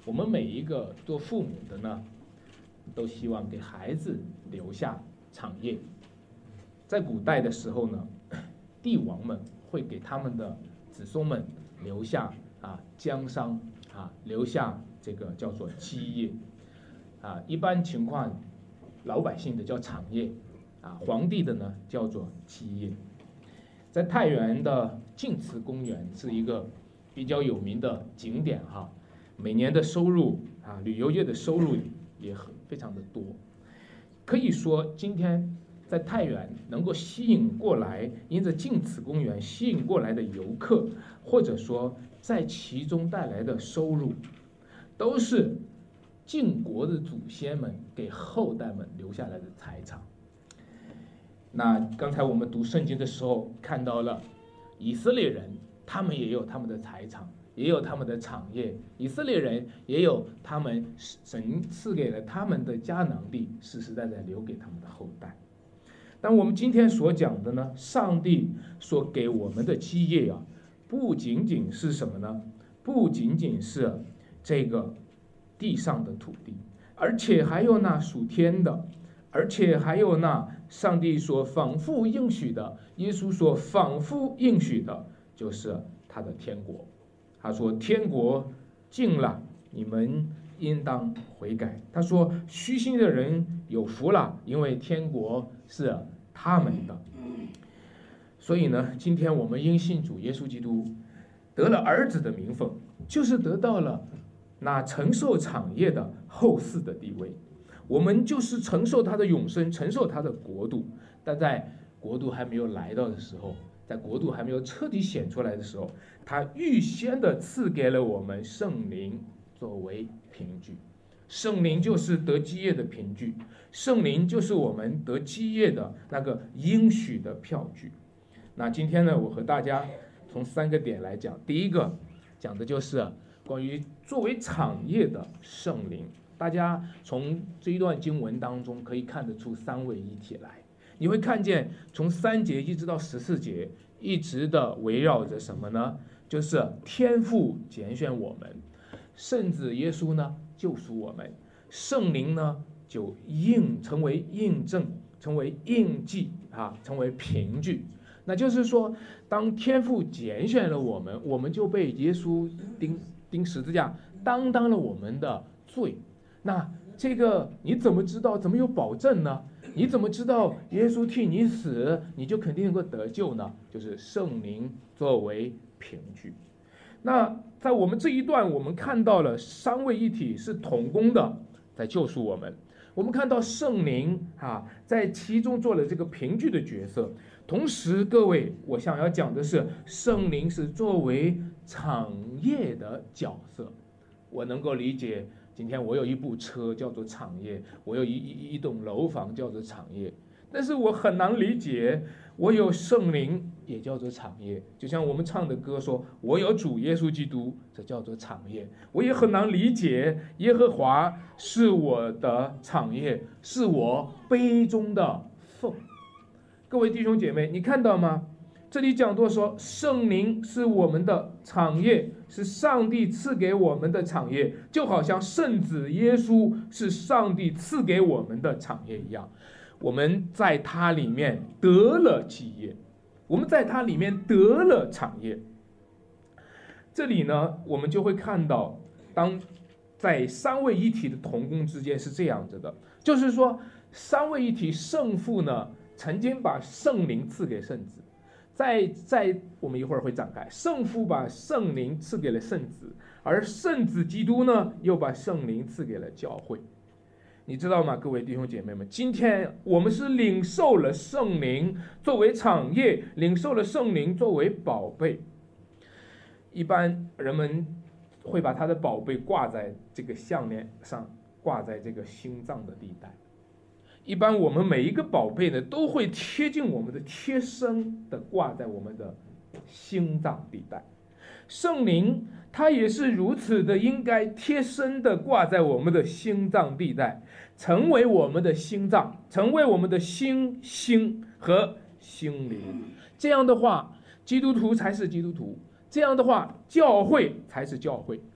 我们每一个做父母的呢，都希望给孩子留下产业。在古代的时候呢，帝王们会给他们的子孙们留下江山留下这个叫做基业一般情况老百姓的叫产业皇帝的呢叫做基业。在太原的晋祠公园是一个比较有名的景点每年的收入旅游业的收入也非常的多。可以说今天在太原能够吸引过来，因着晋祠公园吸引过来的游客，或者说在其中带来的收入，都是晋国的祖先们给后代们留下来的财产。那刚才我们读圣经的时候看到了以色列人，他们也有他们的财产，也有他们的产业，以色列人也有他们神赐给了他们的迦南地，世世代代留给他们的后代。但我们今天所讲的呢，上帝所给我们的基业不仅仅是什么呢？不仅仅是这个地上的土地，而且还有那属天的，而且还有那上帝所反复应许的，耶稣所反复应许的，就是他的天国。他说天国近了，你们应当悔改。他说虚心的人有福了，因为天国是他们的。所以呢，今天我们因信主耶稣基督得了儿子的名分，就是得到了那承受产业的后嗣的地位。我们就是承受他的永生，承受他的国度。但在国度还没有来到的时候，在国度还没有彻底显出来的时候，他预先的赐给了我们圣灵作为凭据。圣灵就是得基业的凭据，圣灵就是我们得基业的那个应许的票据。那今天呢，我和大家从3个点来讲。第一个讲的就是关于作为产业的圣灵。大家从这一段经文当中可以看得出三位一体来，你会看见从3节一直到14节，一直的围绕着什么呢？就是天父拣选我们，圣子耶稣呢救赎我们，圣灵呢就成为印证，成为印记成为凭据。那就是说，当天父拣选了我们，我们就被耶稣钉十字架，担当了我们的罪。那这个你怎么知道？怎么有保证呢？你怎么知道耶稣替你死，你就肯定能够得救呢？就是圣灵作为凭据。那在我们这一段，我们看到了三位一体是同工的，在救赎我们。我们看到圣灵在其中做了这个凭据的角色。同时，各位，我想要讲的是，圣灵是作为产业的角色。我能够理解。今天我有一部车叫做产业，我有一栋楼房叫做产业，但是我很难理解我有圣灵也叫做产业。就像我们唱的歌说，我有主耶稣基督，这叫做产业。我也很难理解耶和华是我的产业，是我杯中的分。各位弟兄姐妹，你看到吗？这里讲到说，圣灵是我们的产业，是上帝赐给我们的产业，就好像圣子耶稣是上帝赐给我们的产业一样。我们在他里面得了基业，我们在他里面得了产业。这里呢，我们就会看到，当在三位一体的同工之间是这样子的，就是说，三位一体圣父呢，曾经把圣灵赐给圣子。在我们一会儿会展开，圣父把圣灵赐给了圣子，而圣子基督呢，又把圣灵赐给了教会。你知道吗，各位弟兄姐妹们？今天我们是领受了圣灵作为产业，领受了圣灵作为宝贝。一般人们会把他的宝贝挂在这个项链上，挂在这个心脏的地带。一般我们每一个宝贝呢，都会贴近我们的贴身的挂在我们的心脏地带。圣灵它也是如此的，应该贴身的挂在我们的心脏地带，成为我们的心脏，成为我们的心和心灵。这样的话，基督徒才是基督徒，这样的话，教会才是教会。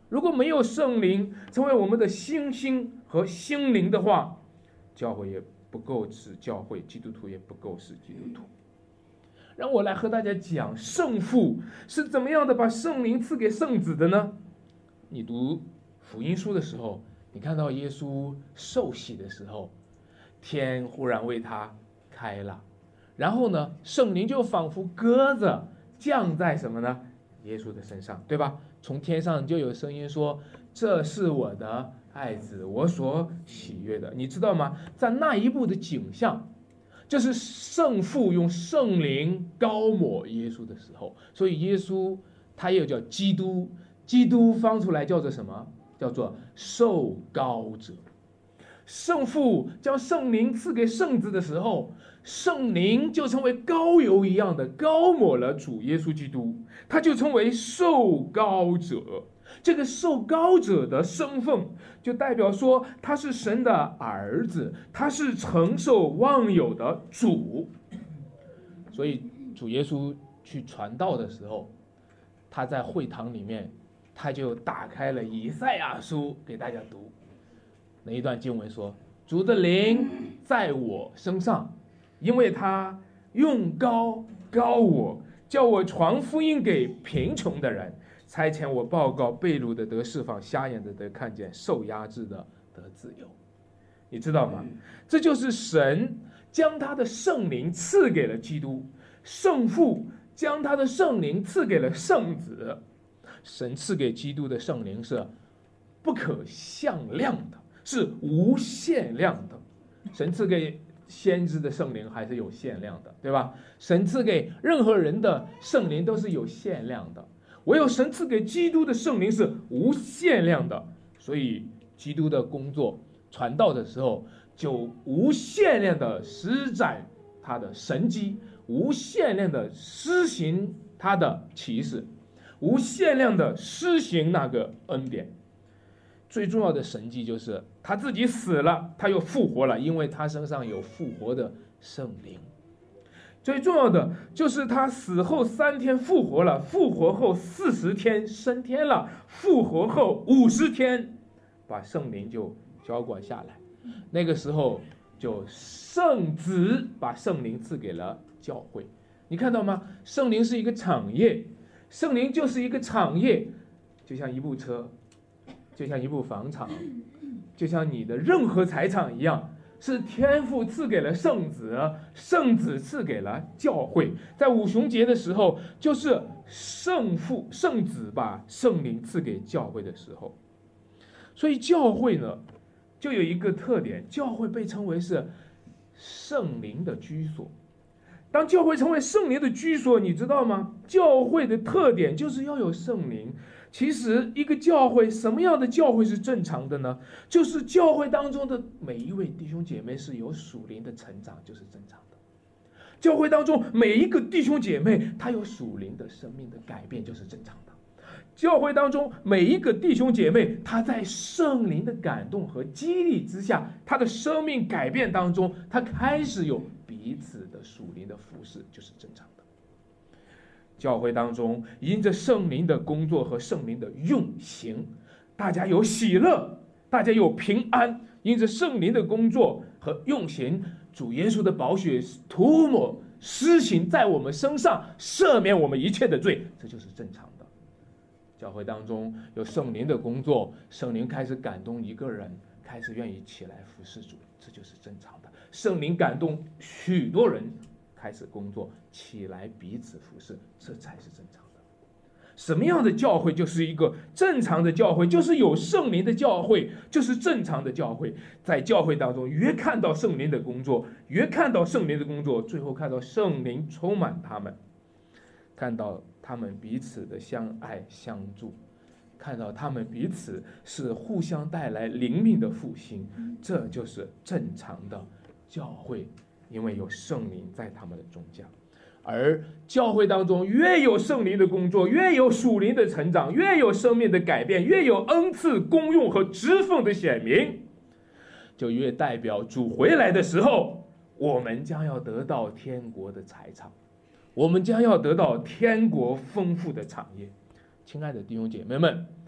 如果没有圣灵成为我们的心和心灵的话，教会也不够是教会，基督徒也不够是基督徒。让我来和大家讲圣父是怎么样的把圣灵赐给圣子的呢？你读福音书的时候，你看到耶稣受洗的时候，天忽然为他开了，然后呢，圣灵就仿佛鸽子降在什么呢？耶稣的身上，对吧？从天上就有声音说：“这是我的爱子，我所喜悦的。”你知道吗？在那一步的景象，就是圣父用圣灵膏抹耶稣的时候，所以耶稣他又叫基督，基督方出来叫做什么？叫做受膏者。圣父将圣灵赐给圣子的时候，圣灵就成为膏油一样的膏抹了主耶稣基督，他就成为受膏者。这个受膏者的身份就代表说他是神的儿子，他是承受万有的主。所以主耶稣去传道的时候，他在会堂里面他就打开了以赛亚书给大家读。那一段经文说：“主的灵在我身上，因为他用膏膏我，叫我传福音给贫穷的人，差遣我报告被掳的得释放，瞎眼的得看见，受压制的得自由。”你知道吗？这就是神将他的圣灵赐给了基督，圣父将他的圣灵赐给了圣子。神赐给基督的圣灵是不可向量的，是无限量的。神赐给先知的圣灵还是有限量的，对吧？神赐给任何人的圣灵都是有限量的，唯有神赐给基督的圣灵是无限量的。所以基督的工作传道的时候，就无限量的施展他的神迹，无限量的施行他的奇事，无限量的施行那个恩典。最重要的神迹就是他自己死了，他又复活了，因为他身上有复活的圣灵。最重要的就是他死后3天复活了，复活后40天升天了，复活后50天把圣灵就浇灌下来。那个时候就圣子把圣灵赐给了教会。你看到吗？圣灵是一个产业，圣灵就是一个产业，就像一部车，就像一部房产，就像你的任何财产一样，是天父赐给了圣子，圣子赐给了教会。在五旬节的时候，就是圣父圣子把圣灵赐给教会的时候。所以教会呢就有一个特点，教会被称为是圣灵的居所。当教会成为圣灵的居所，你知道吗？教会的特点就是要有圣灵。其实一个教会，什么样的教会是正常的呢？就是教会当中的每一位弟兄姐妹是有属灵的成长，就是正常的。教会当中每一个弟兄姐妹他有属灵的生命的改变，就是正常的。教会当中每一个弟兄姐妹他在圣灵的感动和激励之下，他的生命改变当中，他开始有彼此的属灵的服侍，就是正常的。教会当中因着圣灵的工作和圣灵的运行，大家有喜乐，大家有平安。因着圣灵的工作和运行，主耶稣的宝血涂抹施行在我们身上，赦免我们一切的罪，这就是正常的。教会当中有圣灵的工作，圣灵开始感动一个人，开始愿意起来服侍主，这就是正常的。圣灵感动许多人开始工作，起来彼此服侍，这才是正常的。什么样的教会就是一个正常的教会？就是有圣灵的教会，就是正常的教会。在教会当中，越看到圣灵的工作，越看到圣灵的工作，最后看到圣灵充满他们，看到他们彼此的相爱相助，看到他们彼此是互相带来灵命的复兴，这就是正常的教会，因为有圣灵在他们的中间。而教会当中越有圣灵的工作，越有属灵的成长，越有生命的改变，越有恩赐功用和职分的显明，就越代表主回来的时候，我们将要得到天国的财产，我们将要得到天国丰富的产业。亲爱的弟兄姐妹们，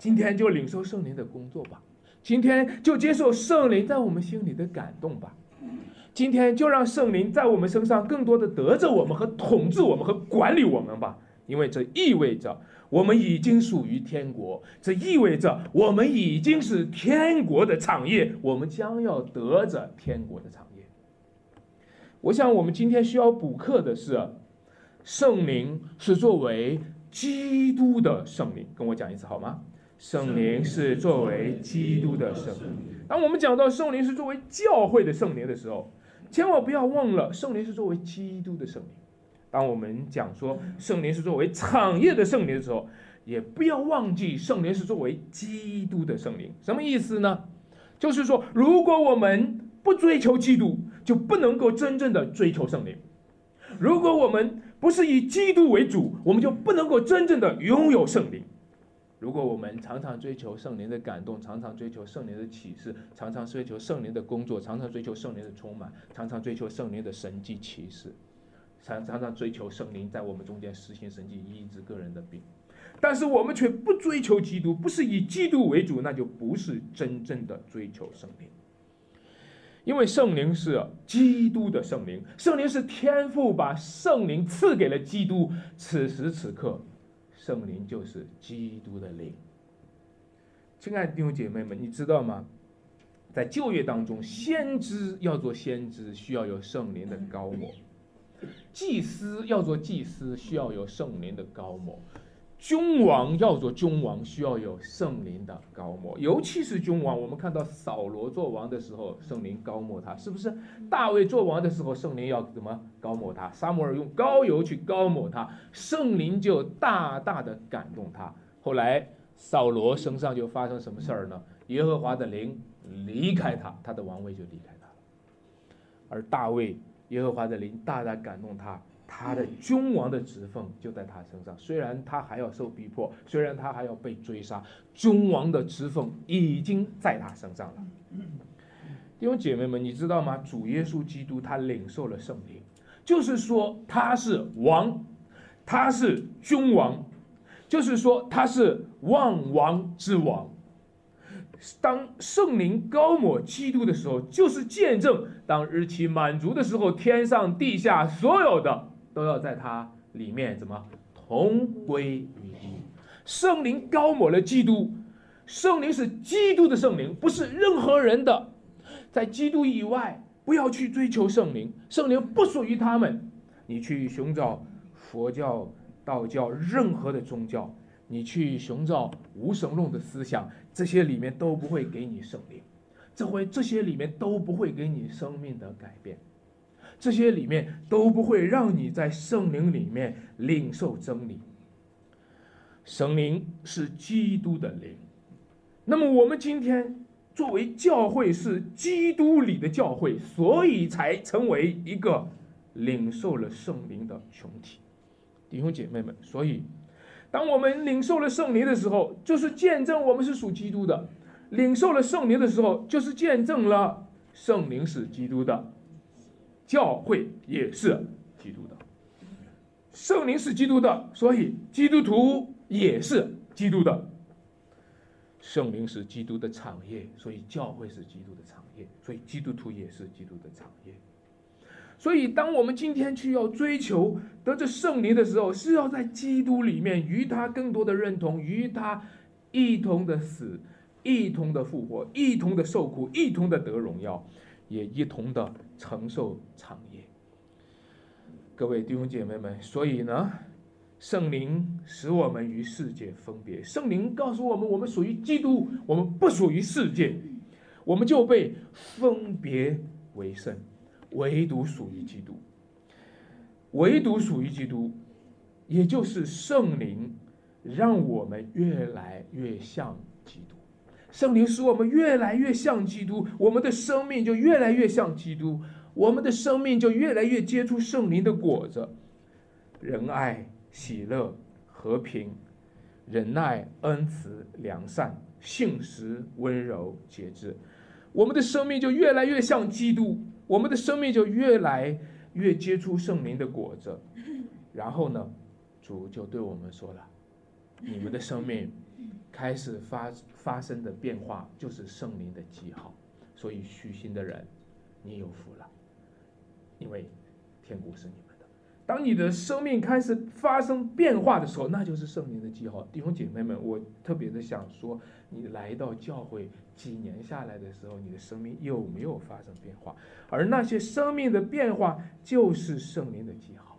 今天就领受圣灵的工作吧，今天就接受圣灵在我们心里的感动吧，今天就让圣灵在我们身上更多的得着我们和统治我们和管理我们吧，因为这意味着我们已经属于天国，这意味着我们已经是天国的产业，我们将要得着天国的产业。我想我们今天需要补课的是，圣灵是作为基督的圣灵，跟我讲一次好吗？圣灵是作为基督的圣灵。当我们讲到圣灵是作为教会的圣灵的时候，千万不要忘了圣灵是作为基督的圣灵。当我们讲说圣灵是作为产业的圣灵的时候，也不要忘记圣灵是作为基督的圣灵。什么意思呢？就是说，如果我们不追求基督，就不能够真正的追求圣灵。如果我们不是以基督为主，我们就不能够真正的拥有圣灵。如果我们常常追求圣灵的感动，常常追求圣灵的启示，常常追求圣灵的工作，常常追求圣灵的充满，常常追求圣灵的神迹奇事，常常追求圣灵在我们中间实行神迹，医治个人的病，但是我们却不追求基督，不是以基督为主，那就不是真正的追求圣灵。因为圣灵是基督的圣灵，圣灵是天父把圣灵赐给了基督，此时此刻圣灵就是基督的灵。亲爱的弟兄姐妹们，你知道吗？在旧约当中，先知要做先知需要有圣灵的膏抹，祭司要做祭司需要有圣灵的膏抹，君王要做君王需要有圣灵的膏抹。尤其是君王，我们看到扫罗做王的时候圣灵膏抹他，是不是？大卫做王的时候圣灵要怎么膏抹他？撒母耳用膏油去膏抹他，圣灵就大大的感动他。后来扫罗身上就发生什么事儿呢？耶和华的灵离开他，他的王位就离开他了。而大卫耶和华的灵大大感动他，他的君王的职分就在他身上，虽然他还要受逼迫，虽然他还要被追杀，君王的职分已经在他身上了。弟兄姐妹们，你知道吗？主耶稣基督他领受了圣灵，就是说他是王，他是君王，就是说他是万王之王。当圣灵膏抹基督的时候，就是见证当日期满足的时候，天上地下所有的都要在它里面怎么同归于一。圣灵膏抹了基督，圣灵是基督的圣灵，不是任何人的。在基督以外不要去追求圣灵，圣灵不属于他们。你去寻找佛教、道教任何的宗教，你去寻找无神论的思想，这些里面都不会给你圣灵，这些里面都不会给你生命的改变，这些里面都不会让你在圣灵里面领受真理。圣灵是基督的灵，那么我们今天作为教会是基督里的教会，所以才成为一个领受了圣灵的群体。弟兄姐妹们，所以当我们领受了圣灵的时候，就是见证我们是属基督的；领受了圣灵的时候，就是见证了圣灵是基督的，教会也是基督的。圣灵是基督的，所以基督徒也是基督的。圣灵是基督的产业，所以教会是基督的产业，所以基督徒也是基督的产业。所以当我们今天去要追求得着圣灵的时候，是要在基督里面与他更多的认同，与他一同的死，一同的复活，一同的受苦，一同的得荣耀，也一同的承受产业。各位弟兄姐妹们，所以呢，圣灵使我们与世界分别，圣灵告诉我们，我们属于基督，我们不属于世界，我们就被分别为圣，唯独属于基督，唯独属于基督，也就是圣灵让我们越来越像基督。圣灵使我们越来越像基督，我们的生命就越来越像基督，我们的生命就越来越结出圣灵的果子，仁爱、喜乐、和平、忍耐、恩慈、良善、信实、温柔、节制。我们的生命就越来越像基督，我们的生命就越来越结出圣灵的果子。然后呢，主就对我们说了，你们的生命开始发生的变化就是圣灵的记号。所以虚心的人，你有福了，因为天国是你们的。当你的生命开始发生变化的时候，那就是圣灵的记号。弟兄姐妹们，我特别的想说，你来到教会几年下来的时候，你的生命有没有发生变化？而那些生命的变化就是圣灵的记号。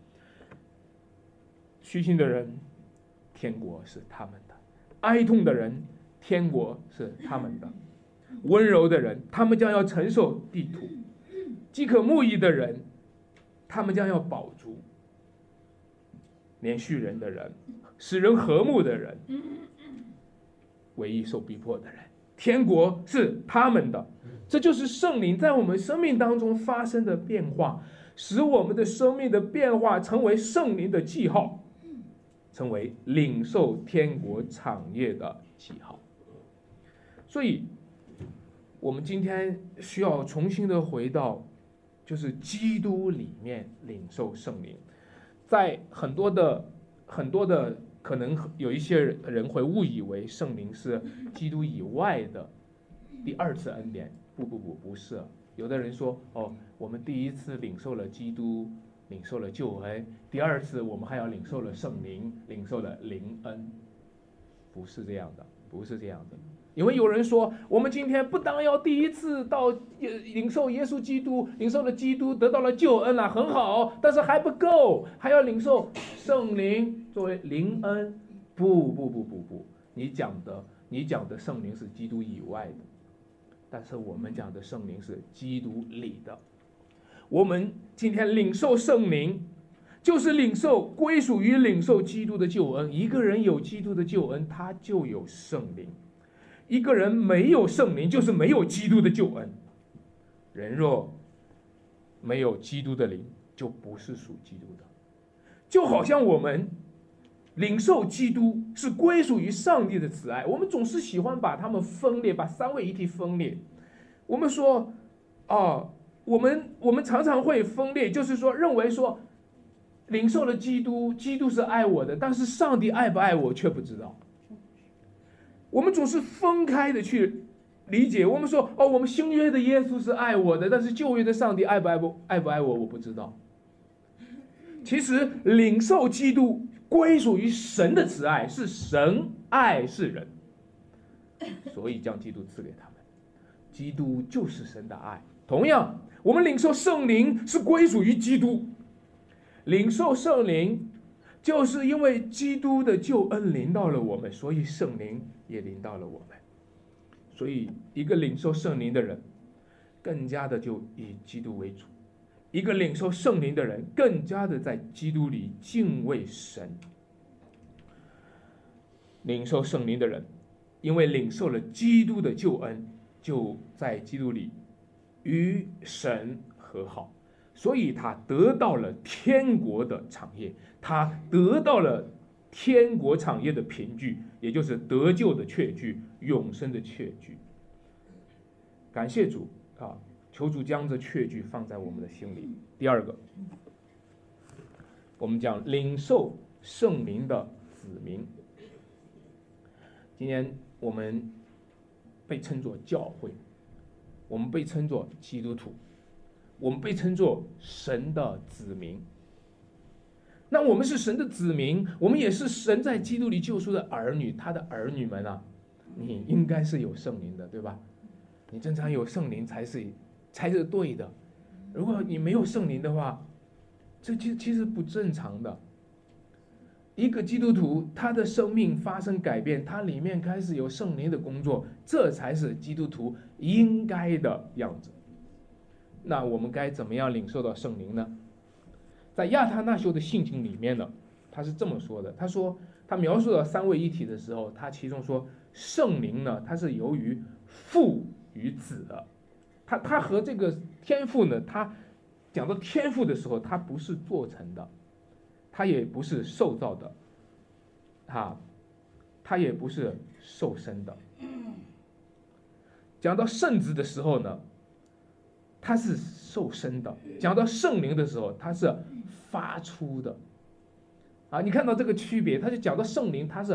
虚心的人，天国是他们的；哀痛的人，天国是他们的；温柔的人，他们将要承受地土；饥渴慕义的人，他们将要饱足；连续人的人，使人和睦的人，唯一受逼迫的人，天国是他们的。这就是圣灵在我们生命当中发生的变化，使我们的生命的变化成为圣灵的记号，成为领受天国产业的记号。所以我们今天需要重新的回到就是基督里面领受圣灵。在很多的可能有一些人会误以为圣灵是基督以外的第二次恩典，不是。有的人说，我们第一次领受了基督，领受了救恩，第二次我们还要领受了圣灵，领受了灵恩。不是这样的。因为有人说，我们今天不当要第一次到领受耶稣基督，领受了基督，得到了救恩了，很好，但是还不够，还要领受圣灵作为灵恩。不，你讲的圣灵是基督以外的，但是我们讲的圣灵是基督里的。我们今天领受圣灵，就是归属于领受基督的救恩。一个人有基督的救恩，他就有圣灵；一个人没有圣灵，就是没有基督的救恩。人若没有基督的灵，就不是属基督的。就好像我们领受基督是归属于上帝的慈爱，我们总是喜欢把它们分裂，把三位一体分裂。我们说我们常常会分裂，就是说认为说领受了基督，基督是爱我的，但是上帝爱不爱我却不知道。我们总是分开的去理解。我们说我们新约的耶稣是爱我的，但是旧约的上帝爱不爱我，我不知道。其实领受基督归属于神的慈爱，是神爱世人，所以将基督赐给他们。基督就是神的爱。同样，我们领受圣灵是归属于基督。领受圣灵就是因为基督的救恩临到了我们，所以圣灵也临到了我们。所以一个领受圣灵的人更加的就以基督为主，一个领受圣灵的人更加的在基督里敬畏神。领受圣灵的人因为领受了基督的救恩，就在基督里与神和好，所以他得到了天国的产业，他得到了天国产业的凭据，也就是得救的确据，永生的确据。感谢主求主将这确据放在我们的心里。第二个，我们讲领受圣灵的子民。今天我们被称作教会，我们被称作基督徒，我们被称作神的子民。那我们是神的子民，我们也是神在基督里救赎的儿女。他的儿女们你应该是有圣灵的，对吧？你正常有圣灵才是对的。如果你没有圣灵的话，这其实不正常的。一个基督徒，他的生命发生改变，他里面开始有圣灵的工作，这才是基督徒应该的样子。那我们该怎么样领受到圣灵呢？在亚他那修的信经里面呢，他是这么说的。他说他描述到三位一体的时候，他其中说圣灵呢，它是由于父与子的。他和这个天父呢，他讲到天父的时候，他不是做成的，他也不是受造的，他也不是受生的。讲到圣子的时候呢，他是受生的；讲到圣灵的时候，他是发出的。你看到这个区别，他就讲到圣灵，他是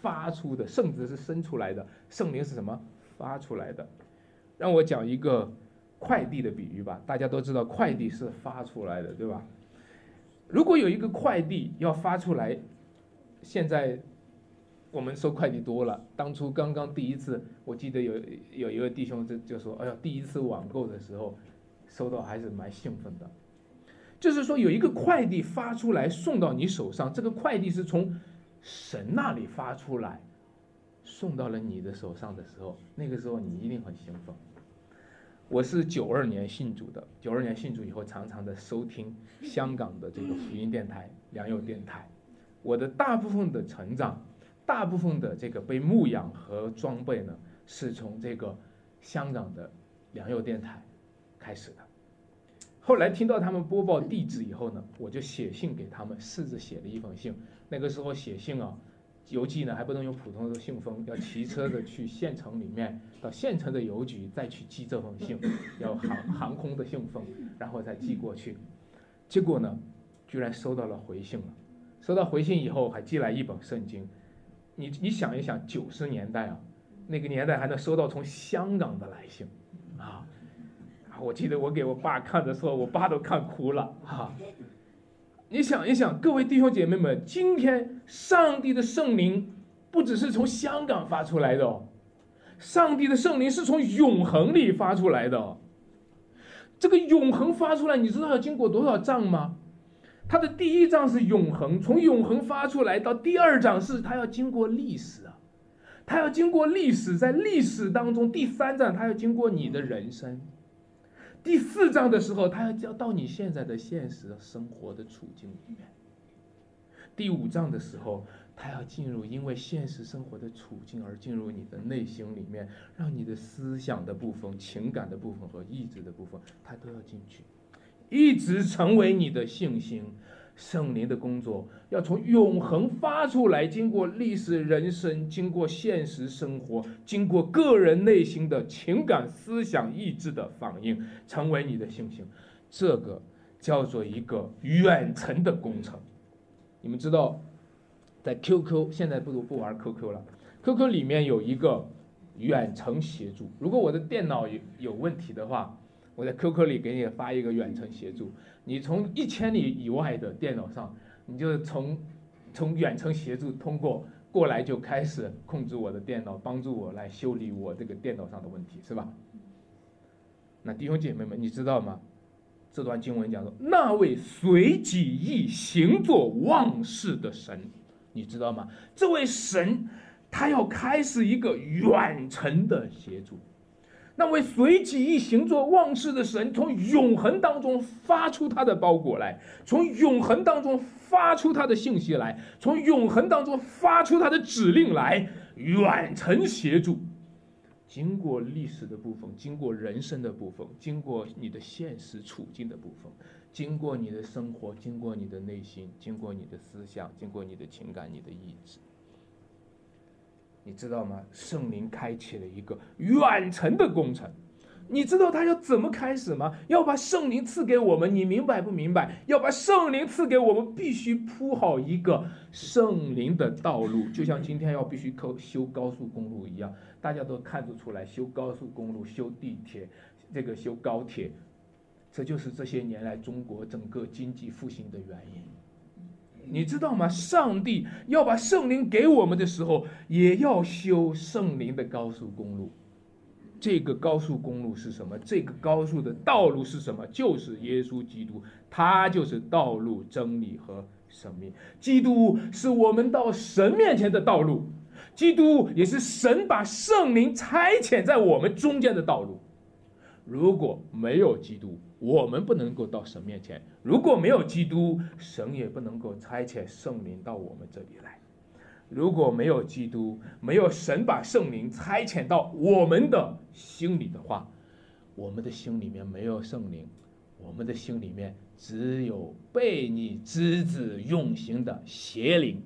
发出的，圣子是生出来的，圣灵是什么？发出来的。让我讲一个快递的比喻吧，大家都知道快递是发出来的，对吧？如果有一个快递要发出来，现在我们收快递多了，当初刚刚第一次，我记得有一个弟兄就说，哎呀，第一次网购的时候收到还是蛮兴奋的。就是说有一个快递发出来送到你手上，这个快递是从神那里发出来送到了你的手上的时候，那个时候你一定很兴奋。我是92年信主的，92年信主以后，常常的收听香港的这个福音电台、良友电台。我的大部分的成长，大部分的这个被牧养和装备呢，是从这个香港的良友电台开始的。后来听到他们播报地址以后呢，我就写信给他们，试着写了一封信。那个时候写信啊，邮寄呢还不能用普通的信封，要骑车的去县城里面，到县城的邮局再去寄这封信，要航空的信封，然后再寄过去。结果呢，居然收到了回信了。收到回信以后，还寄来一本圣经。你想一想，90年代啊，那个年代还能收到从香港的来信啊！我记得我给我爸看的时候，我爸都看哭了啊！你想一想，各位弟兄姐妹们，今天上帝的圣灵不只是从香港发出来的哦，上帝的圣灵是从永恒里发出来的哦。这个永恒发出来，你知道要经过多少章吗？它的第一章是永恒，从永恒发出来到第二章是它要经过历史啊，它要经过历史，在历史当中第3章它要经过你的人生。第4章的时候，他要到你现在的现实生活的处境里面。第5章的时候，他要进入因为现实生活的处境而进入你的内心里面，让你的思想的部分、情感的部分和意志的部分，他都要进去，一直成为你的信心。圣灵的工作要从永恒发出来，经过历史人生，经过现实生活，经过个人内心的情感思想意志的反应，成为你的信心。这个叫做一个远程的工程。你们知道在 QQ 现在不玩 QQ 了， QQ 里面有一个远程协助。如果我的电脑有问题的话，我在 QQ 里给你发一个远程协助，你从1000里以外的电脑上，你就从远程协助通过来，就开始控制我的电脑，帮助我来修理我这个电脑上的问题，是吧？那弟兄姐妹们，你知道吗？这段经文讲说，那位随己意行作万事的神，你知道吗？这位神他要开始一个远程的协助。那位随己意行作万事的神，从永恒当中发出他的包裹来，从永恒当中发出他的信息来，从永恒当中发出他的指令来，远程协助。经过历史的部分，经过人生的部分，经过你的现实处境的部分，经过你的生活，经过你的内心，经过你的思想，经过你的情感，你的意志。你知道吗？圣灵开启了一个远程的工程。你知道他要怎么开始吗？要把圣灵赐给我们，你明白不明白？要把圣灵赐给我们，必须铺好一个圣灵的道路，就像今天要必须修高速公路一样。大家都看得出来，修高速公路、修地铁、修高铁，这就是这些年来中国整个经济复兴的原因。你知道吗？上帝要把圣灵给我们的时候，也要修圣灵的高速公路。这个高速公路是什么？这个高速的道路是什么？就是耶稣基督，他就是道路、真理和生命。基督是我们到神面前的道路，基督也是神把圣灵差遣在我们中间的道路。如果没有基督，我们不能够到神面前；如果没有基督，神也不能够差遣圣灵到我们这里来。如果没有基督，没有神把圣灵差遣到我们的心里的话，我们的心里面没有圣灵，我们的心里面只有悖逆之子运行的邪灵。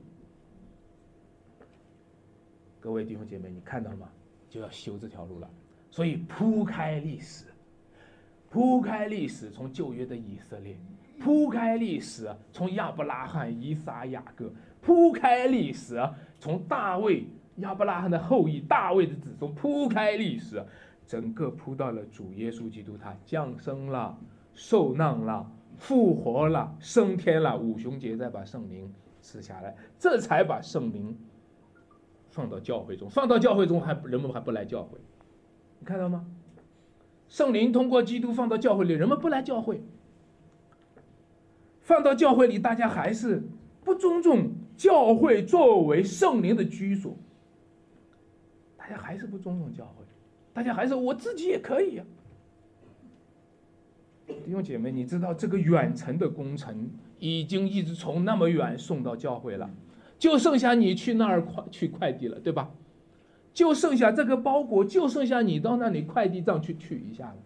各位弟兄姐妹，你看到吗？就要修这条路了。所以铺开历史，从旧约的以色列，铺开历史，从亚伯拉罕、以撒、雅各， 铺开历史，从大卫亚伯拉罕的后裔大卫的子孙铺开历史，整个铺到了主耶稣基督，他降生了，受难了，复活了，升天了，五旬节再把圣灵赐下来，这才把圣灵放到教会中，放到教会中人们还不来教会，你看到吗？圣灵通过基督放到教会里，人们不来教会，放到教会里，大家还是不尊重教会作为圣灵的居所，大家还是不尊重教会，大家还是我自己也可以啊。弟兄姐妹，你知道这个远程的工程已经一直从那么远送到教会了，就剩下你去那儿去快递了，对吧？就剩下这个包裹，就剩下你到那里快递站去取一下了。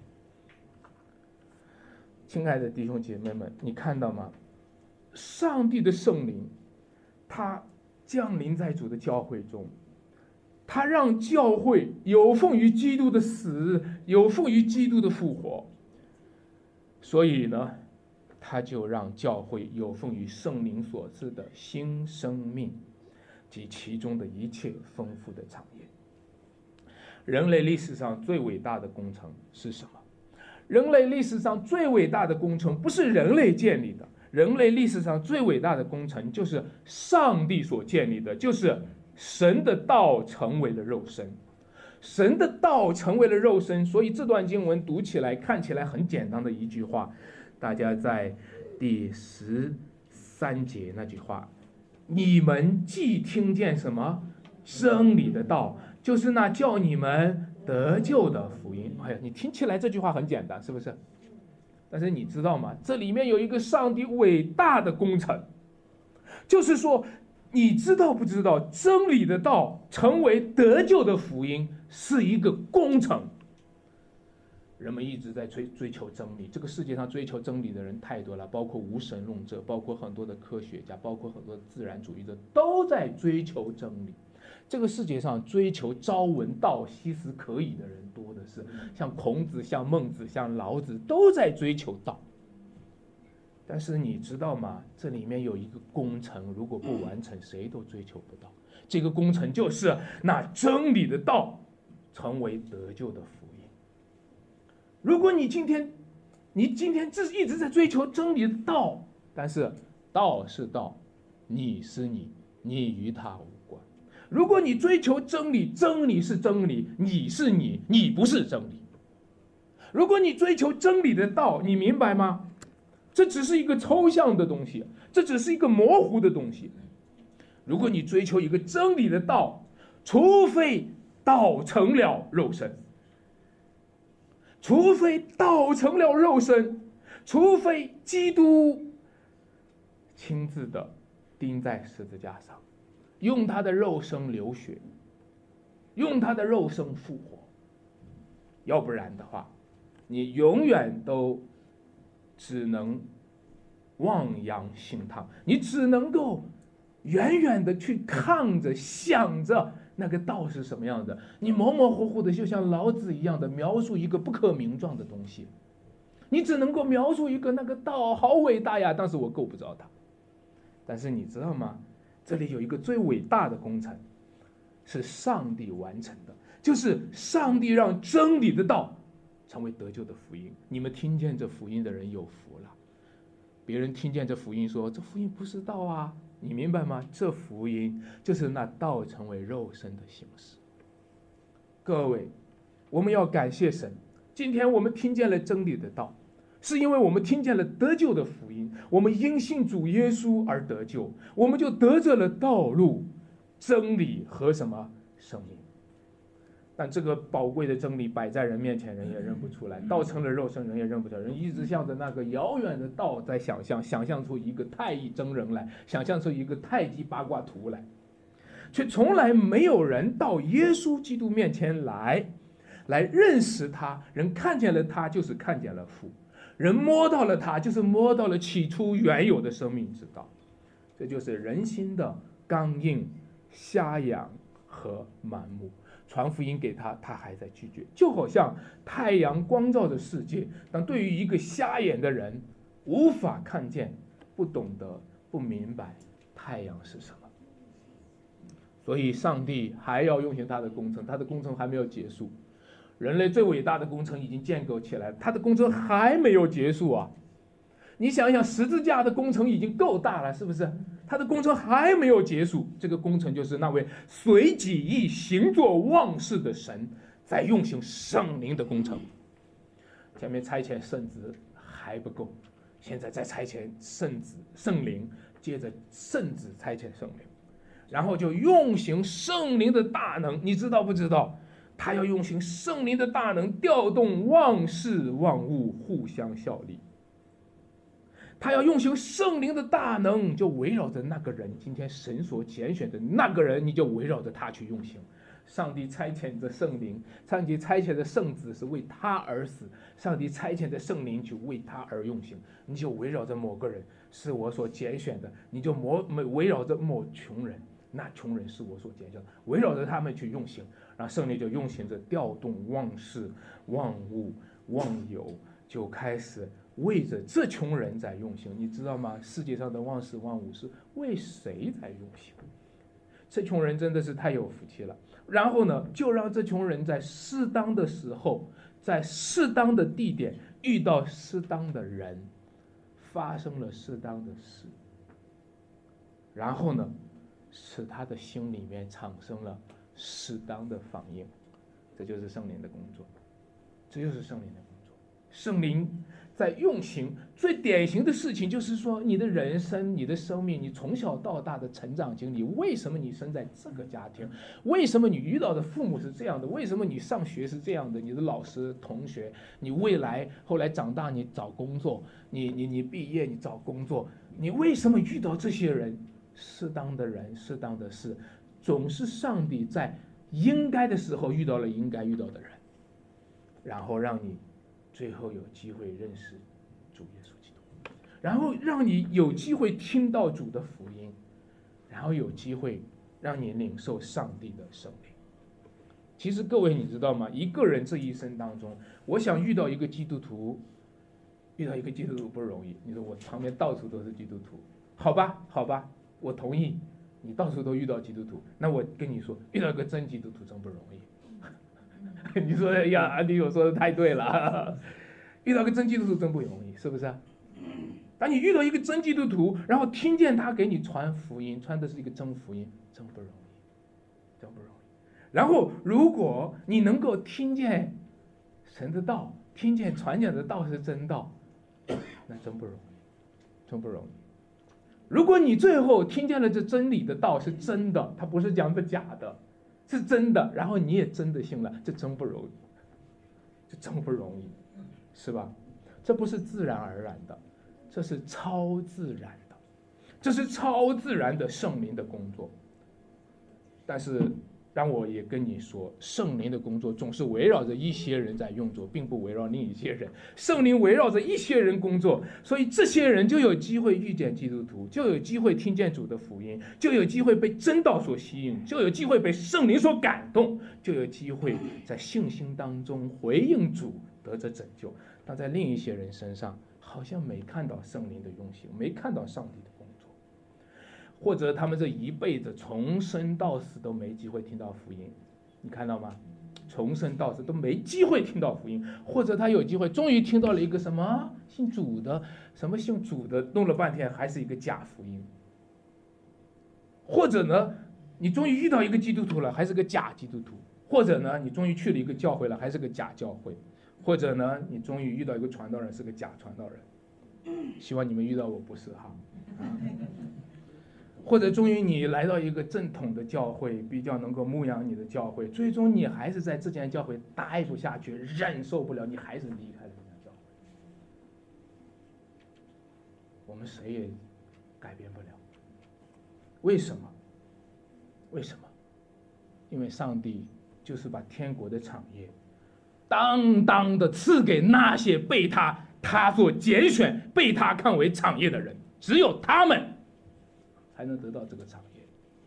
亲爱的弟兄姐妹们，你看到吗？上帝的圣灵他降临在主的教会中，他让教会有奉于基督的死，有奉于基督的复活，所以呢，他就让教会有奉于圣灵所赐的新生命及其中的一切丰富的产业。人类历史上最伟大的工程是什么？人类历史上最伟大的工程不是人类建立的，人类历史上最伟大的工程就是上帝所建立的，就是神的道成为了肉身。神的道成为了肉身，所以这段经文读起来看起来很简单的一句话，大家在第13节那句话，你们既听见什么真理的道，就是那叫你们得救的福音。哎呀，你听起来这句话很简单，是不是？但是你知道吗？这里面有一个上帝伟大的工程，就是说，你知道不知道真理的道成为得救的福音是一个工程。人们一直在追求真理，这个世界上追求真理的人太多了，包括无神论者，包括很多的科学家，包括很多的自然主义者，都在追求真理。这个世界上追求朝闻道夕死可矣的人多的是，像孔子，像孟子，像老子，都在追求道。但是你知道吗？这里面有一个工程，如果不完成，谁都追求不到。这个工程就是那真理的道成为得救的福音。如果你今天一直在追求真理的道，但是道是道，你是你，你与他无关。如果你追求真理，真理是真理，你是你，你不是真理。如果你追求真理的道，你明白吗？这只是一个抽象的东西，这只是一个模糊的东西。如果你追求一个真理的道，除非道成了肉身，除非道成了肉身，除非基督亲自的钉在十字架上，用他的肉身流血，用他的肉身复活，要不然的话，你永远都只能望洋兴叹，你只能够远远的去看着想着那个道是什么样的，你模模糊糊的就像老子一样的描述一个不可名状的东西，你只能够描述一个那个道好伟大呀，但是我够不着它。但是你知道吗？这里有一个最伟大的工程是上帝完成的，就是上帝让真理的道成为得救的福音。你们听见这福音的人有福了。别人听见这福音说，这福音不是道啊，你明白吗？这福音就是那道成为肉身的形式。各位，我们要感谢神，今天我们听见了真理的道，是因为我们听见了得救的福音，我们因信主耶稣而得救，我们就得着了道路、真理和什么生命。但这个宝贵的真理摆在人面前，人也认不出来，道成了肉身，人也认不出来，人一直向着那个遥远的道在想象出一个太乙真人来，想象出一个太极八卦图来，却从来没有人到耶稣基督面前来认识他。人看见了他，就是看见了父；人摸到了他，就是摸到了起初原有的生命之道。这就是人心的刚硬、瞎眼和盲目。传福音给他，他还在拒绝，就好像太阳光照着世界，但对于一个瞎眼的人，无法看见，不懂得，不明白太阳是什么。 所以上帝还要运行他的工程，他的工程还没有结束。人类最伟大的工程已经建构起来，他的工程还没有结束啊！你想想，十字架的工程已经够大了，是不是？他的工程还没有结束，这个工程就是那位随己意行作万事的神在运行圣灵的工程。前面差遣圣子还不够，现在再差遣圣灵，接着圣子差遣圣灵，然后就运行圣灵的大能。你知道不知道？他要运行圣灵的大能，调动万事万物互相效力。他要运行圣灵的大能，就围绕着那个人，今天神所拣选的那个人，你就围绕着他去运行。上帝差遣的圣灵，上帝差遣的圣子是为他而死，上帝差遣的圣灵就为他而运行。你就围绕着某个人是我所拣选的，你就围绕着某穷人，那穷人是我所拣选的，围绕着他们去运行，然后圣灵就运行着调动万事万物万有，就开始为着这穷人在运行。你知道吗？世界上的万事万物是为谁在运行？这穷人真的是太有福气了。然后呢，就让这穷人在适当的时候，在适当的地点遇到适当的人，发生了适当的事，然后呢，使他的心里面产生了适当的反应。这就是圣灵的工作，这就是圣灵的工作。圣灵在运行，最典型的事情就是说，你的人生，你的生命，你从小到大的成长经历，为什么你生在这个家庭？为什么你遇到的父母是这样的？为什么你上学是这样的？你的老师、同学，你未来后来长大，你找工作，你毕业，你找工作，你为什么遇到这些人？适当的人，适当的事，总是上帝在应该的时候遇到了应该遇到的人，然后让你最后有机会认识主耶稣基督，然后让你有机会听到主的福音，然后有机会让你领受上帝的圣灵。其实各位你知道吗？一个人这一生当中，我想遇到一个基督徒不容易。你说我旁边到处都是基督徒，好吧，我同意，你到处都遇到基督徒，那我跟你说，遇到一个真基督徒真不容易。你说呀，安迪，我说的太对了，遇到个真基督徒真不容易，是不是？当你遇到一个真基督徒，然后听见他给你传福音，传的是一个真福音，真不容易，真不容易。然后，如果你能够听见神的道，听见传讲的道是真道，那真不容易，真不容易。如果你最后听见了这真理的道是真的，它不是讲的假的，是真的，然后你也真的信了，这真不容易，这真不容易，是吧？这不是自然而然的，这是超自然的，这是超自然的圣灵的工作。但是让我也跟你说，圣灵的工作总是围绕着一些人在运作，并不围绕另一些人。圣灵围绕着一些人工作，所以这些人就有机会遇见基督徒，就有机会听见主的福音，就有机会被真道所吸引，就有机会被圣灵所感动，就有机会在信心当中回应主，得着拯救。但在另一些人身上，好像没看到圣灵的运行，没看到上帝的工作，或者他们这一辈子从生到死都没机会听到福音，你看到吗？从生到死都没机会听到福音，或者他有机会终于听到了一个什么信主的，什么信主的，弄了半天还是一个假福音。或者呢，你终于遇到一个基督徒了，还是个假基督徒。或者呢，你终于去了一个教会了，还是个假教会。或者呢，你终于遇到一个传道人，是个假传道人。希望你们遇到我不是哈。或者终于你来到一个正统的教会，比较能够牧养你的教会，最终你还是在这间教会待不下去，忍受不了，你还是离开了这间教会。我们谁也改变不了。为什么？为什么？因为上帝就是把天国的产业当当的赐给那些被他所拣选、被他看为产业的人，只有他们才能得到这个产业。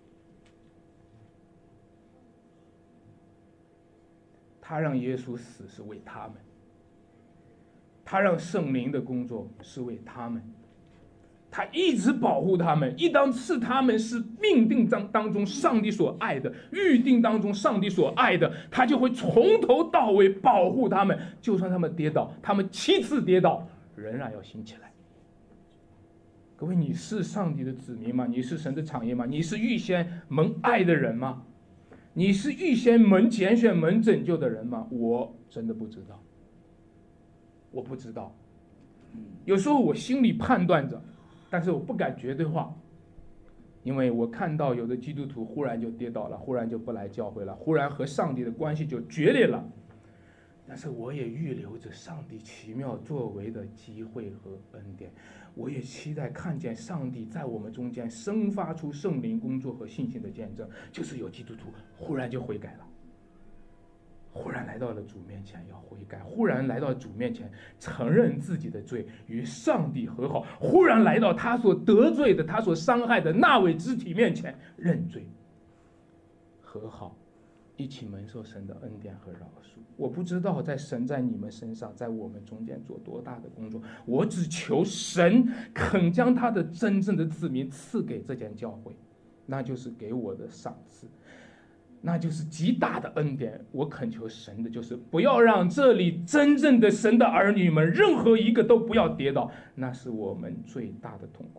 他让耶稣死是为他们，他让圣灵的工作是为他们， 他一直保护他们，一当是他们是命定当中上帝所爱的，预定当中上帝所爱的，他就会从头到尾保护他们，就算他们跌倒，他们7次跌倒，仍然要兴起来。各位，你是上帝的子民吗？你是神的产业吗？你是预先蒙爱的人吗？你是预先蒙拣选、蒙拯救的人吗？我真的不知道，我不知道。有时候我心里判断着，但是我不敢绝对化，因为我看到有的基督徒忽然就跌倒了，忽然就不来教会了，忽然和上帝的关系就决裂了。但是我也预留着上帝奇妙作为的机会和恩典，我也期待看见上帝在我们中间生发出圣灵工作和信心的见证，就是有基督徒忽然就悔改了，忽然来到了主面前要悔改，忽然来到主面前承认自己的罪，与上帝和好，忽然来到他所得罪的、他所伤害的那位肢体面前认罪和好，一起蒙受神的恩典和饶恕。我不知道在神在你们身上，在我们中间做多大的工作，我只求神肯将他的真正的子民赐给这间教会，那就是给我的赏赐，那就是极大的恩典。我恳求神的就是不要让这里真正的神的儿女们任何一个都不要跌倒，那是我们最大的痛苦。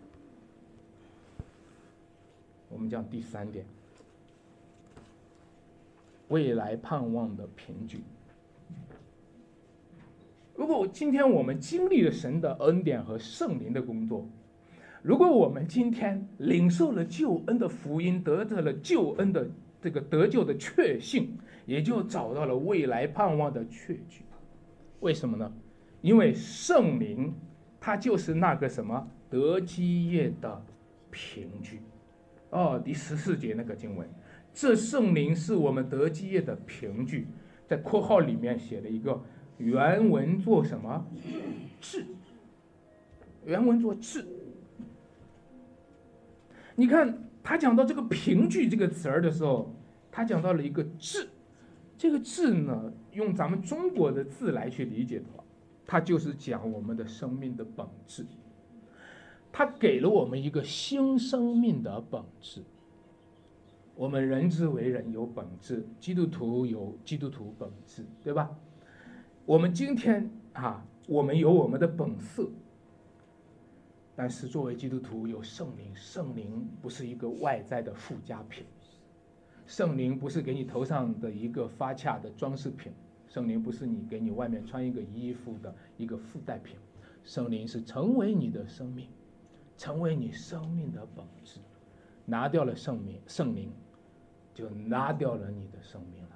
我们讲第3点，未来盼望的凭据。如果今天我们经历了神的恩典和圣灵的工作，如果我们今天领受了救恩的福音，得到了救恩的这个得救的确信，也就找到了未来盼望的确据。为什么呢？因为圣灵它就是那个什么得基业的凭据。第14节那个经文，这圣灵是我们得基业的凭据，在括号里面写了一个原文做什么？质。原文做质。你看他讲到这个凭据这个词儿的时候，他讲到了一个质。这个质呢，用咱们中国的字来去理解的话，它就是讲我们的生命的本质。他给了我们一个新生命的本质。我们人之为人有本质，基督徒有基督徒本质，对吧？我们今天我们有我们的本色，但是作为基督徒有圣灵，圣灵不是一个外在的附加品，圣灵不是给你头上的一个发卡的装饰品，圣灵不是你给你外面穿一个衣服的一个附带品，圣灵是成为你的生命，成为你生命的本质。拿掉了圣灵，就拿掉了你的生命了。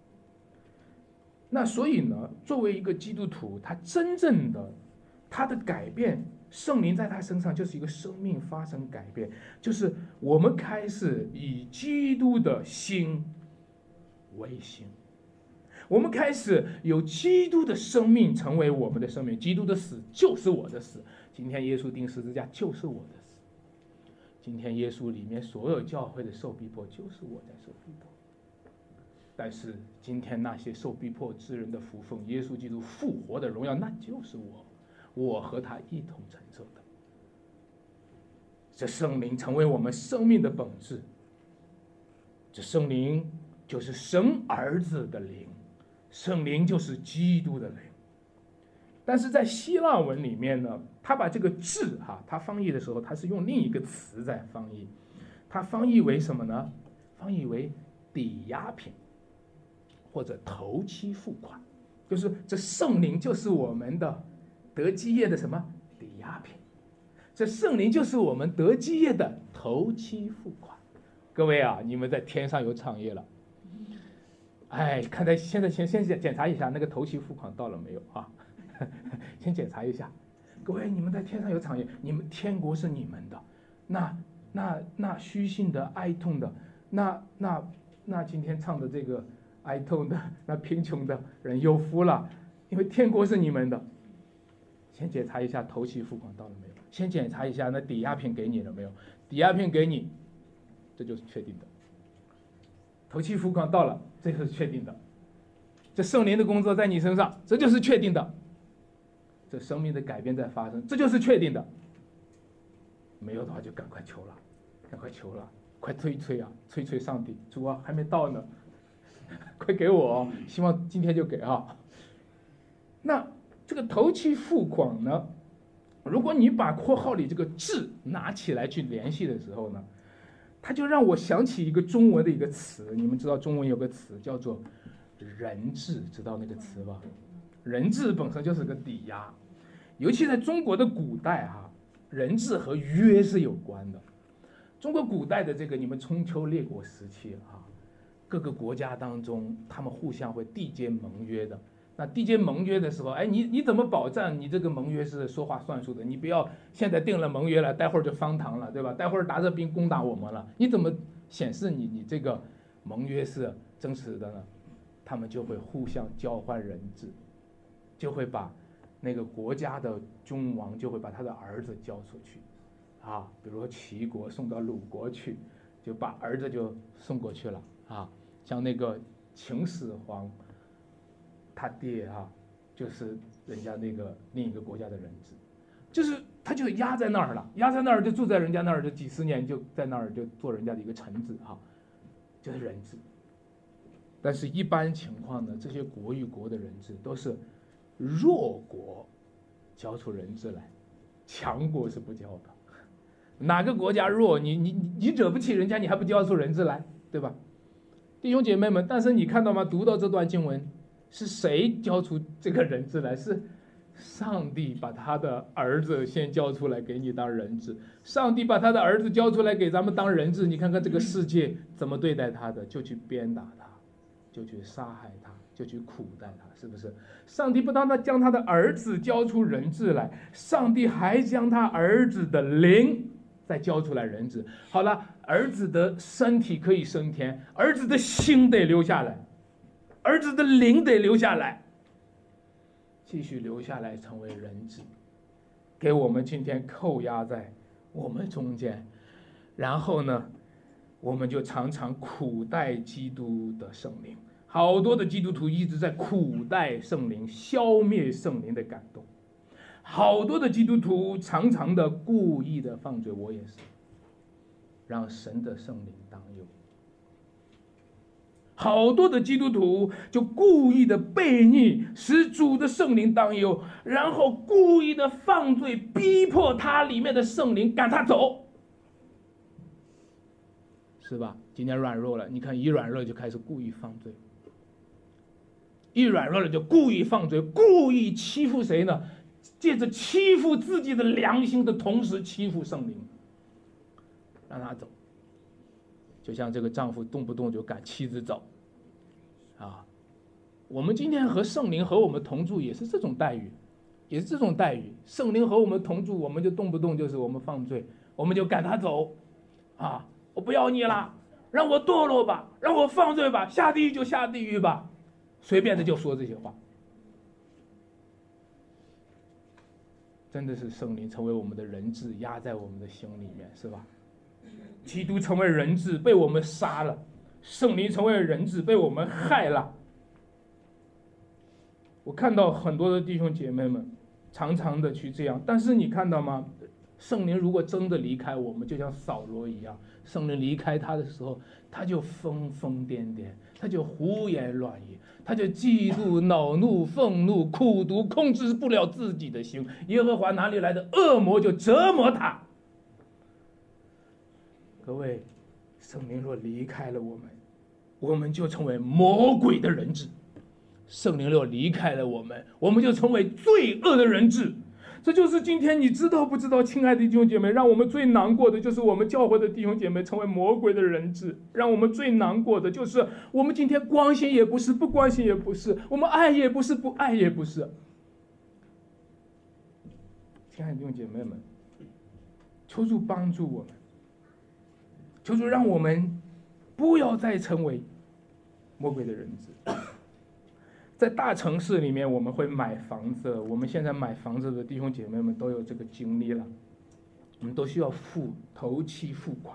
那所以呢，作为一个基督徒，他真正的他的改变，圣灵在他身上就是一个生命发生改变，就是我们开始以基督的心为心，我们开始有基督的生命成为我们的生命，基督的死就是我的死，今天耶稣钉十字架就是我的死，今天耶稣里面所有教会的受逼迫就是我在受逼迫，但是今天那些受逼迫之人的福分，耶稣基督复活的荣耀，那就是我和他一同承受的。这圣灵成为我们生命的本质，这圣灵就是神儿子的灵，圣灵就是基督的灵。但是在希腊文里面呢，他把这个质他翻译的时候，他是用另一个词在翻译，他翻译为什么呢？翻译为抵押品或者头期付款，就是这圣灵就是我们的得基业的什么抵押品，这圣灵就是我们得基业的头期付款。各位你们在天上有产业了，看在现在先检查一下那个头期付款到了没有先检查一下。各位，你们在天上有产业，你们天国是你们的，那虚心的哀痛的，那今天唱的这个哀痛的，那贫穷的人有福了，因为天国是你们的。先检查一下头期付款到了没有，先检查一下那抵押品给你了没有，抵押品给你，这就是确定的。头期付款到了，这就是确定的。这圣灵的工作在你身上，这就是确定的。这生命的改变在发生，这就是确定的。 没有的话就赶快求了，赶快求了，快催一催啊，催催上帝，主啊，还没到呢，快给我哦，希望今天就给啊。那这个头期付款呢，如果你把括号里这个字拿起来去联系的时候呢，它就让我想起一个中文的一个词，你们知道中文有个词叫做人质，知道那个词吧？人质本身就是个抵押，尤其在中国的古代人质和约是有关的。中国古代的这个你们春秋列国时期各个国家当中他们互相会缔结盟约的。那缔结盟约的时候，你怎么保障你这个盟约是说话算数的？你不要现在定了盟约了，待会儿就方唐了，对吧？待会儿拿着兵攻打我们了，你怎么显示你这个盟约是真实的呢？他们就会互相交换人质，就会把那个国家的君王就会把他的儿子交出去，比如说齐国送到鲁国去，就把儿子就送过去了像那个秦始皇。他爹就是人家那个另一个国家的人质，就是他就压在那儿了，压在那儿就住在人家那儿，就几十年就在那儿就做人家的一个臣子就是人质。但是一般情况呢，这些国与国的人质都是弱国交出人质来，强国是不交的。哪个国家弱，你惹不起人家，你还不交出人质来，对吧？弟兄姐妹们，但是你看到吗？读到这段经文。是谁交出这个人质来？是上帝把他的儿子先交出来给你当人质。上帝把他的儿子交出来给咱们当人质，你看看这个世界怎么对待他的，就去鞭打他，就去杀害他，就去苦待他，是不是？上帝不但将他的儿子交出人质来，上帝还将他儿子的灵再交出来人质。好了，儿子的身体可以升天，儿子的心得留下来，儿子的灵得留下来，继续留下来成为人质，给我们今天扣押在我们中间。然后呢，我们就常常苦待基督的圣灵。好多的基督徒一直在苦待圣灵，消灭圣灵的感动。好多的基督徒常常的故意的犯罪，我也是，让神的圣灵当忧。好多的基督徒就故意的悖逆，使主的圣灵当忧，然后故意的犯罪，逼迫他里面的圣灵赶他走，是吧？今天软弱了，你看一软弱就开始故意犯罪，一软弱了就故意犯罪，故意欺负谁呢？借着欺负自己的良心的同时欺负圣灵，让他走。就像这个丈夫动不动就赶妻子走我们今天和圣灵和我们同住也是这种待遇，也是这种待遇。圣灵和我们同住，我们就动不动就是我们犯罪，我们就赶他走我不要你了，让我堕落吧，让我犯罪吧，下地狱就下地狱吧，随便的就说这些话。真的是圣灵成为我们的人质，压在我们的心里面，是吧？基督成为人质，被我们杀了；圣灵成为人质，被我们害了。我看到很多的弟兄姐妹们常常的去这样，但是你看到吗？圣灵如果真的离开我们，就像扫罗一样，圣灵离开他的时候，他就疯疯癫癫，他就胡言乱语，他就嫉妒、恼怒、愤怒、苦毒，控制不了自己的心。耶和华哪里来的恶魔就折磨他。各位，圣灵若离开了我们，我们就成为魔鬼的人质；圣灵若离开了我们，我们就成为罪恶的人质。这就是今天你知道不知道，亲爱的弟兄姐妹，让我们最难过的就是我们教会的弟兄姐妹成为魔鬼的人质。让我们最难过的就是我们今天关心也不是，不关心也不是，我们爱也不是，不爱也不是。亲爱的弟兄姐妹们，求主帮助我们，求主让我们不要再成为魔鬼的人质。在大城市里面，我们会买房子，我们现在买房子的弟兄姐妹们都有这个经历了，我们都需要付头期付款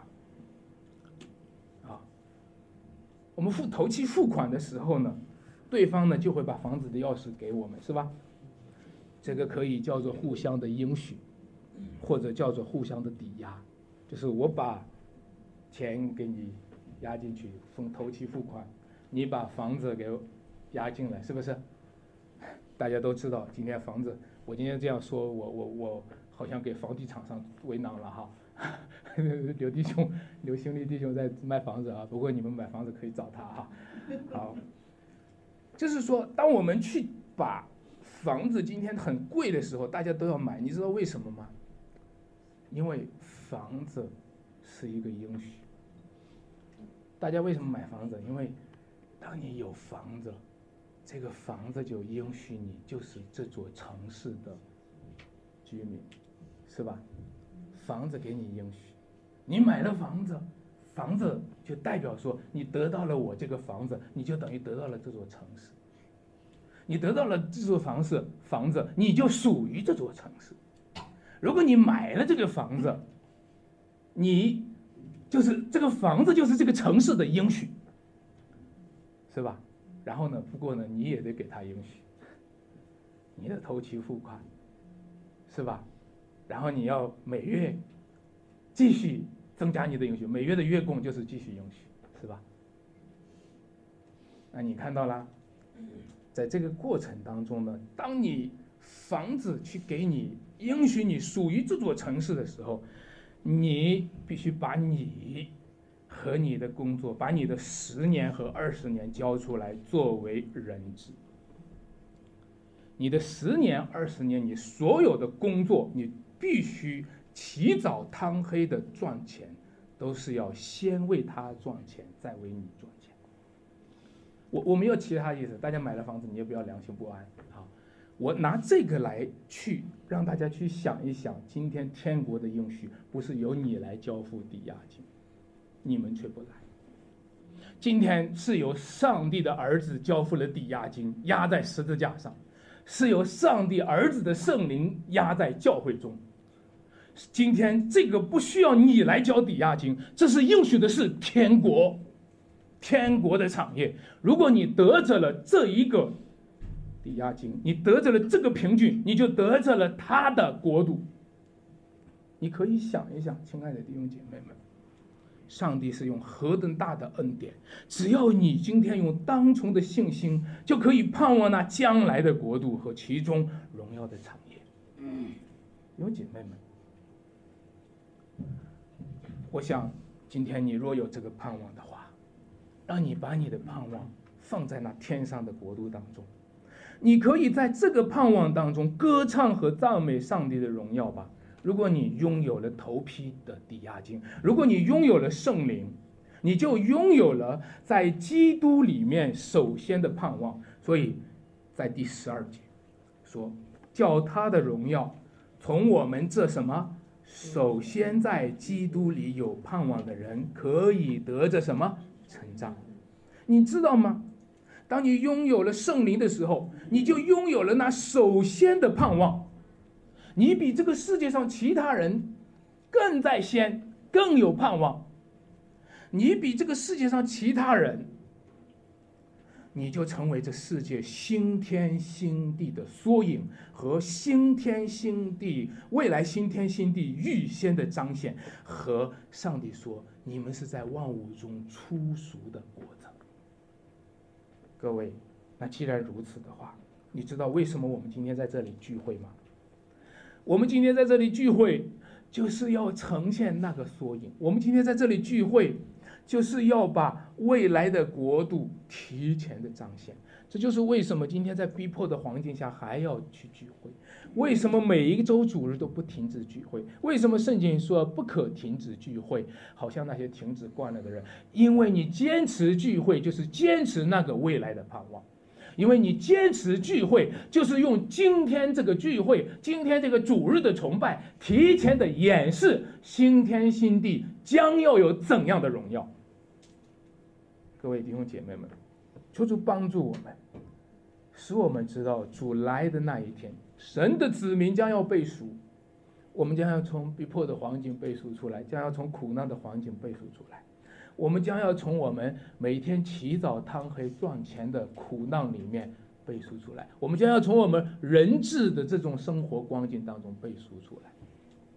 我们付头期付款的时候呢，对方呢就会把房子的钥匙给我们，是吧？这个可以叫做互相的应许或者叫做互相的抵押，就是我把钱给你押进去，头期付款，你把房子给押进来，是不是？大家都知道，今天房子，我今天这样说，我好像给房地产商为难了哈。刘兴利弟兄在卖房子啊，不过你们买房子可以找他哈。好，就是说，当我们去把房子今天很贵的时候，大家都要买，你知道为什么吗？因为房子是一个应许。大家为什么买房子？因为当你有房子，这个房子就应许你就是这座城市的居民，是吧？房子给你应许，你买了房子，房子就代表说你得到了我这个房子，你就等于得到了这座城市。你得到了这座房子，你就属于这座城市。如果你买了这个房子，你就是这个房子就是这个城市的应许，是吧？然后呢，不过呢，你也得给他应许，你的头期付款，是吧？然后你要每月继续增加你的应许，每月的月供就是继续应许，是吧？那你看到了，在这个过程当中呢，当你房子去给你应许你属于这座城市的时候，你必须把你和你的工作，把你的10年和20年交出来作为人质。你的10年、20年，你所有的工作，你必须起早贪黑的赚钱，都是要先为他赚钱，再为你赚钱。我没有其他意思，大家买了房子，你也不要良心不安啊！我拿这个来去让大家去想一想，今天天国的应许不是由你来交付抵押金，你们却不来。今天是由上帝的儿子交付了抵押金，压在十字架上，是由上帝儿子的圣灵压在教会中。今天这个不需要你来交抵押金，这是应许的是天国，天国的产业。如果你得着了这一个抵押金，你得着了这个凭据，你就得着了他的国度。你可以想一想，亲爱的弟兄姐妹们，上帝是用何等大的恩典，只要你今天用当从的信心，就可以盼望那将来的国度和其中荣耀的产业。弟兄姐妹们，我想今天你若有这个盼望的话，让你把你的盼望放在那天上的国度当中，你可以在这个盼望当中歌唱和赞美上帝的荣耀吧。如果你拥有了头批的抵押金，如果你拥有了圣灵，你就拥有了在基督里面首先的盼望。所以在第12节说，叫他的荣耀从我们这什么首先在基督里有盼望的人可以得着什么成长。你知道吗？当你拥有了圣灵的时候，你就拥有了那首先的盼望。你比这个世界上其他人更在先，更有盼望。你比这个世界上其他人，你就成为这世界新天新地的缩影和新天新地未来新天新地预先的彰显。和上帝说，你们是在万物中初熟的果子。各位，那既然如此的话，你知道为什么我们今天在这里聚会吗？我们今天在这里聚会，就是要呈现那个缩影。我们今天在这里聚会，就是要把未来的国度提前的彰显。这就是为什么今天在逼迫的环境下还要去聚会，为什么每一周主日都不停止聚会，为什么圣经说不可停止聚会，好像那些停止惯了的人。因为你坚持聚会，就是坚持那个未来的盼望。因为你坚持聚会，就是用今天这个聚会，今天这个主日的崇拜，提前的演示新天新地将要有怎样的荣耀。各位弟兄姐妹们，求主帮助我们，使我们知道主来的那一天，神的子民将要被赎，我们将要从逼迫的环境被赎出来，将要从苦难的环境被赎出来。我们将要从我们每天起早贪黑赚钱的苦难里面被赎出来，我们将要从我们人质的这种生活光景当中被赎出来。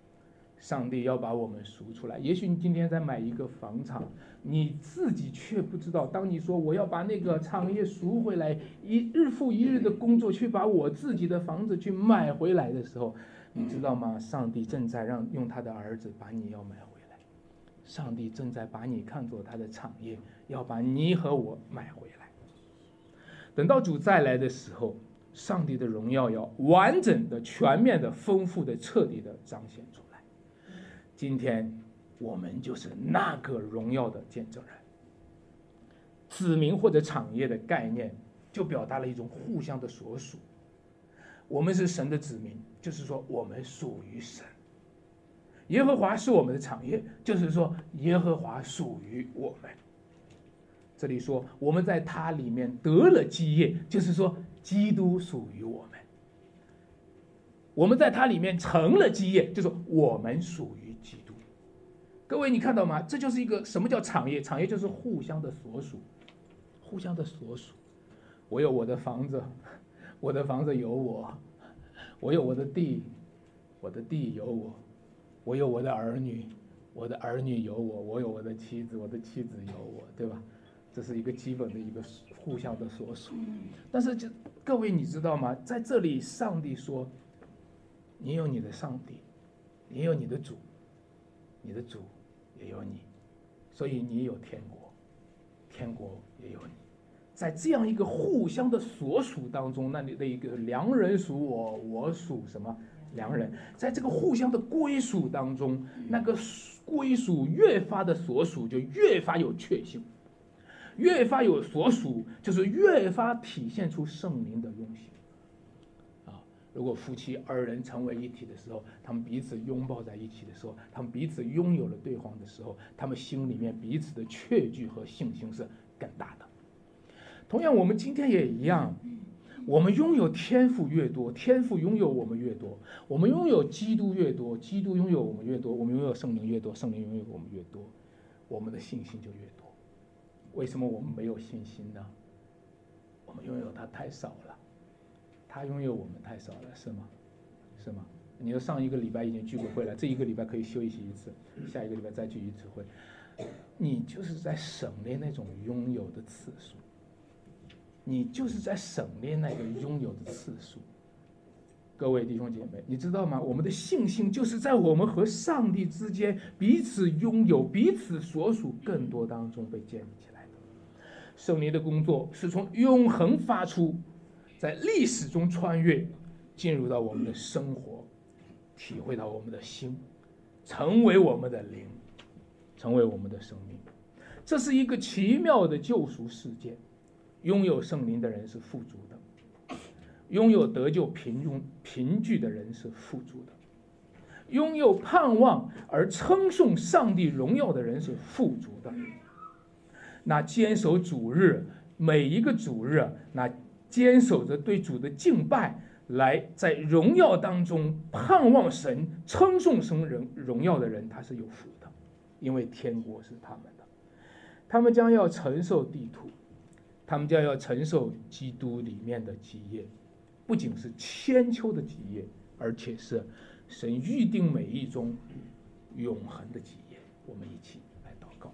上帝要把我们赎出来。也许你今天在买一个房产，你自己却不知道，当你说我要把那个产业赎回来，一日复一日的工作去把我自己的房子去买回来的时候，你知道吗？上帝正在用他的儿子把你要买回来，上帝正在把你看作他的产业，要把你和我买回来。等到主再来的时候，上帝的荣耀要完整的、全面的、丰富的、彻底的彰显出来。今天我们就是那个荣耀的见证人。子民或者产业的概念就表达了一种互相的所属。我们是神的子民，就是说我们属于神。耶和华是我们的产业，就是说耶和华属于我们。这里说我们在他里面得了基业，就是说基督属于我们。我们在他里面成了基业，就是说我们属于基督。各位你看到吗？这就是一个什么叫产业？产业就是互相的所属，互相的所属。我有我的房子，我的房子有我；我有我的地，我的地有我；我有我的儿女，我的儿女有我；我有我的妻子，我的妻子有我，对吧？这是一个基本的一个互相的所属。但是各位你知道吗？在这里上帝说，你有你的上帝，你有你的主，你的主也有你，所以你有天国，天国也有你。在这样一个互相的所属当中，那里的一个良人属我，我属什么良人，在这个互相的归属当中，那个归属越发的所属就越发有确信，越发有所属就是越发体现出圣灵的用心。如果夫妻二人成为一体的时候，他们彼此拥抱在一起的时候，他们彼此拥有了对方的时候，他们心里面彼此的确据和信心是更大的。同样我们今天也一样，我们拥有天赋越多，天赋拥有我们越多；我们拥有基督越多，基督拥有我们越多；我们拥有圣灵越多，圣灵拥有我们越多，我们的信心就越多。为什么我们没有信心呢？我们拥有它太少了，他拥有我们太少了，是吗？是吗？你说上一个礼拜已经聚过会了，这一个礼拜可以休息一次，下一个礼拜再聚一次会，你就是在省略那种拥有的次数，你就是在省略那个拥有的次数。各位弟兄姐妹，你知道吗？我们的信心就是在我们和上帝之间彼此拥有、彼此所属更多当中被建立起来的。圣灵的工作是从永恒发出，在历史中穿越，进入到我们的生活，体会到我们的心，成为我们的灵，成为我们的生命。这是一个奇妙的救赎事件。拥有圣灵的人是富足的，拥有得救凭据的人是富足的，拥有盼望而称颂上帝荣耀的人是富足的。那坚守主日，每一个主日，那坚守着对主的敬拜，来在荣耀当中盼望神、称颂神荣耀的人，他是有福的，因为天国是他们的。他们将要承受地土，他们将要承受基督里面的基业，不仅是千秋的基业，而且是神预定美意中永恒的基业。我们一起来祷告。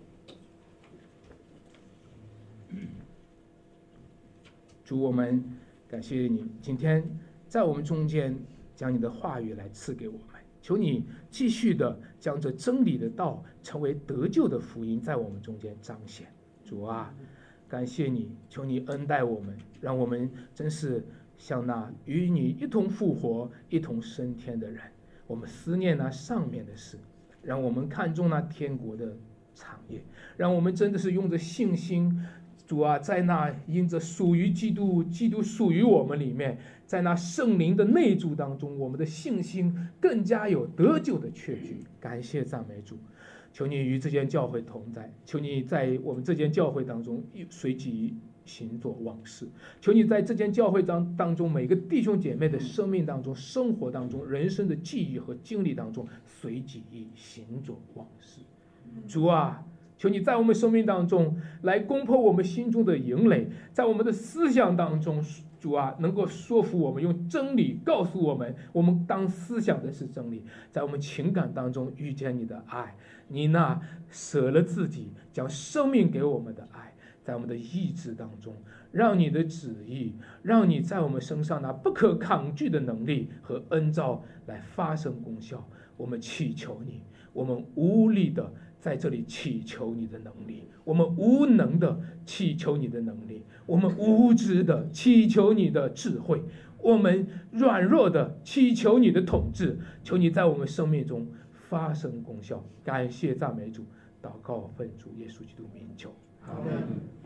主，我们感谢你今天在我们中间将你的话语来赐给我们，求你继续的将这真理的道成为得救的福音在我们中间彰显。主啊，感谢你，求你恩待我们，让我们真是像那与你一同复活一同升天的人。我们思念那上面的事，让我们看重那天国的产业，让我们真的是用着信心，主啊，在那因着属于基督，基督属于我们里面，在那圣灵的内住当中，我们的信心更加有得救的确据。感谢赞美主，求你与这间教会同在，求你在我们这间教会当中随即行作往事，求你在这间教会当中每个弟兄姐妹的生命当中、生活当中、人生的记忆和经历当中随即行作往事。主啊，求你在我们生命当中来攻破我们心中的营垒，在我们的思想当中主啊，能够说服我们，用真理告诉我们，我们当思想的是真理，在我们情感当中遇见你的爱，你那舍了自己将生命给我们的爱，在我们的意志当中，让你的旨意，让你在我们身上那不可抗拒的能力和恩召来发生功效。我们祈求你，我们无力的在这里祈求你的能力，我们无能的祈求你的能力，我们无知的祈求你的智慧，我们软弱的祈求你的统治，求你在我们生命中发生功效。感谢赞美主，祷告奉主耶稣基督名求，阿们。